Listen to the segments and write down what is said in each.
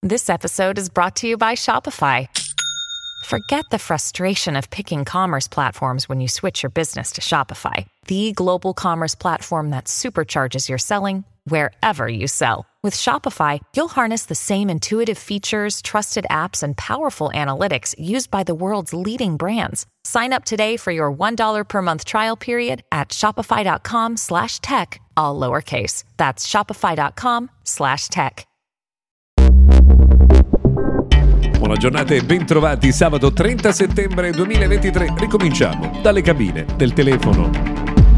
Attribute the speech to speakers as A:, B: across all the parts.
A: This episode is brought to you by Shopify. Forget the frustration of picking commerce platforms when you switch your business to Shopify, the global commerce platform that supercharges your selling wherever you sell. With Shopify, you'll harness the same intuitive features, trusted apps, and powerful analytics used by the world's leading brands. Sign up today for your $1 per month trial period at shopify.com/tech, all lowercase. That's shopify.com/tech.
B: Buona giornata e bentrovati, sabato 30 settembre 2023. Ricominciamo dalle cabine del telefono.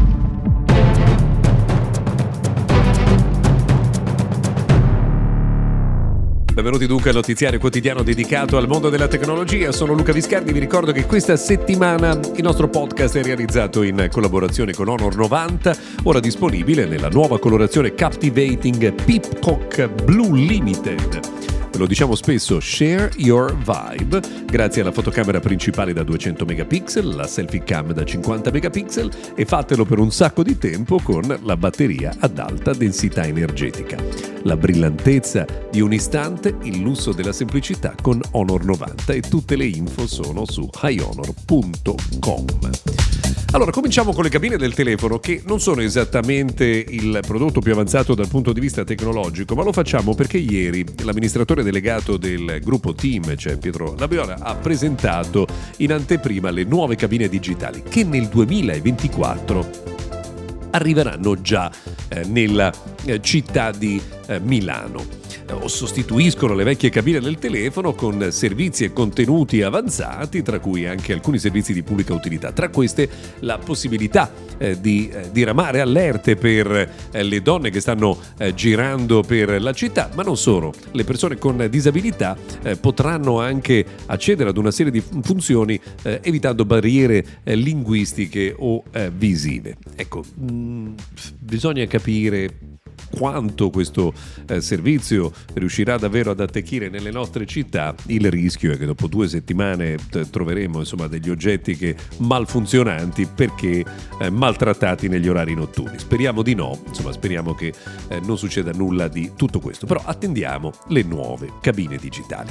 B: Benvenuti dunque al notiziario quotidiano dedicato al mondo della tecnologia. Sono Luca Viscardi, vi ricordo che questa settimana il nostro podcast è realizzato in collaborazione con Honor 90, ora disponibile nella nuova colorazione Captivating Peacock Blue Limited. Lo diciamo spesso, share your vibe, grazie alla fotocamera principale da 200 megapixel, la selfie cam da 50 megapixel e fatelo per un sacco di tempo con la batteria ad alta densità energetica. La brillantezza di un istante, il lusso della semplicità con Honor 90 e tutte le info sono su highhonor.com. Allora, cominciamo con le cabine del telefono, che non sono esattamente il prodotto più avanzato dal punto di vista tecnologico, ma lo facciamo perché ieri l'amministratore delegato del gruppo Team, cioè Pietro Labriola, ha presentato in anteprima le nuove cabine digitali che nel 2024 arriveranno già nella città di Milano. Sostituiscono le vecchie cabine del telefono con servizi e contenuti avanzati, tra cui anche alcuni servizi di pubblica utilità. Tra queste la possibilità di diramare allerte per le donne che stanno girando per la città, ma non solo. Le persone con disabilità potranno anche accedere ad una serie di funzioni evitando barriere linguistiche o visive. Ecco, bisogna capire quanto questo servizio riuscirà davvero ad attecchire nelle nostre città. Il rischio è che dopo 2 settimane troveremo degli oggetti che malfunzionanti perché maltrattati negli orari notturni. Speriamo di no, speriamo che non succeda nulla di tutto questo, però attendiamo le nuove cabine digitali.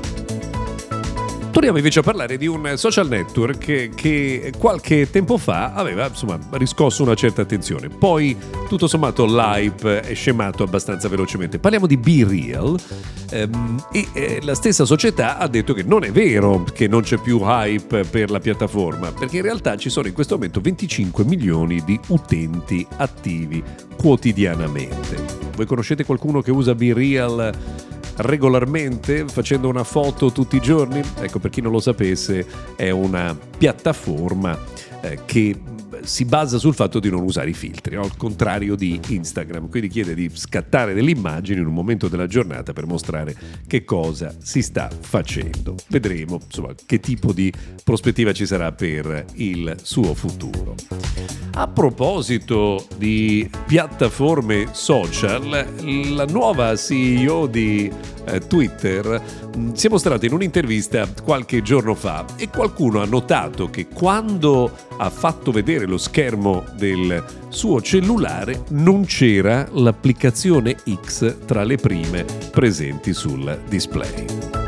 B: Torniamo invece a parlare di un social network che qualche tempo fa aveva riscosso una certa attenzione. Poi tutto sommato l'hype è scemato abbastanza velocemente. Parliamo di BeReal e la stessa società ha detto che non è vero che non c'è più hype per la piattaforma, perché in realtà ci sono in questo momento 25 milioni di utenti attivi quotidianamente. Voi conoscete qualcuno che usa BeReal regolarmente, facendo una foto tutti i giorni? Ecco, per chi non lo sapesse, è una piattaforma che si basa sul fatto di non usare i filtri, al contrario di Instagram, quindi chiede di scattare delle immagini in un momento della giornata per mostrare che cosa si sta facendo. Vedremo che tipo di prospettiva ci sarà per il suo futuro. A proposito di piattaforme social, la nuova CEO di Twitter si è mostrata in un'intervista qualche giorno fa e qualcuno ha notato che quando ha fatto vedere lo schermo del suo cellulare non c'era l'applicazione X tra le prime presenti sul display.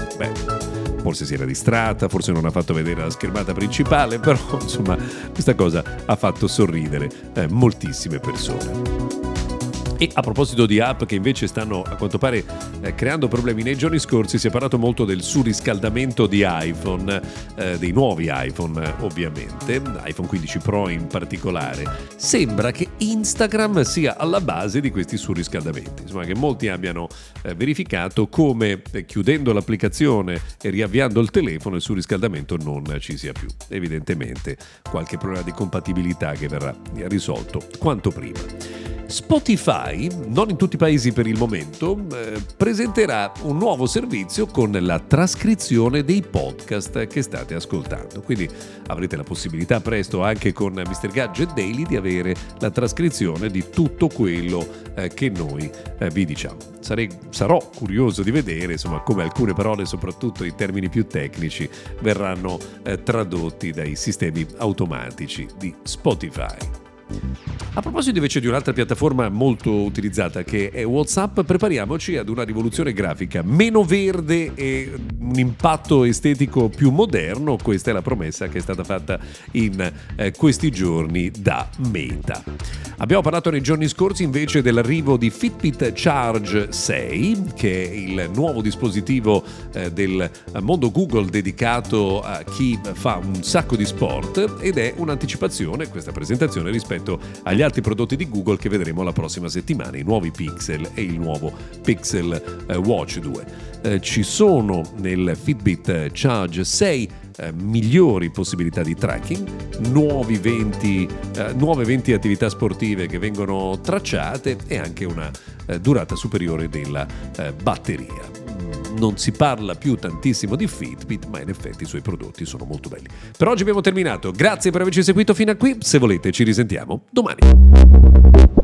B: Forse si era distratta, forse non ha fatto vedere la schermata principale, però questa cosa ha fatto sorridere moltissime persone. E a proposito di app che invece stanno a quanto pare creando problemi, nei giorni scorsi si è parlato molto del surriscaldamento di iPhone, dei nuovi iPhone ovviamente, iPhone 15 Pro in particolare. Sembra che Instagram sia alla base di questi surriscaldamenti, che molti abbiano verificato come chiudendo l'applicazione e riavviando il telefono il surriscaldamento non ci sia più. Evidentemente qualche problema di compatibilità che verrà risolto quanto prima. Spotify, non in tutti i paesi per il momento, presenterà un nuovo servizio con la trascrizione dei podcast che state ascoltando. Quindi avrete la possibilità presto anche con Mr. Gadget Daily di avere la trascrizione di tutto quello che noi vi diciamo. Sarò curioso di vedere come alcune parole, soprattutto in termini più tecnici, verranno tradotti dai sistemi automatici di Spotify. A proposito invece di un'altra piattaforma molto utilizzata che è WhatsApp, prepariamoci ad una rivoluzione grafica meno verde e un impatto estetico più moderno. Questa è la promessa che è stata fatta in questi giorni da Meta. Abbiamo parlato nei giorni scorsi invece dell'arrivo di Fitbit Charge 6, che è il nuovo dispositivo del mondo Google dedicato a chi fa un sacco di sport, ed è un'anticipazione, questa presentazione, rispetto agli altri prodotti di Google che vedremo la prossima settimana, i nuovi Pixel e il nuovo Pixel Watch 2. Ci sono nel Fitbit Charge 6 migliori possibilità di tracking, nuove 20 attività sportive che vengono tracciate e anche una durata superiore della batteria. Non si parla più tantissimo di Fitbit, ma in effetti i suoi prodotti sono molto belli. Per oggi abbiamo terminato, grazie per averci seguito fino a qui, se volete ci risentiamo domani.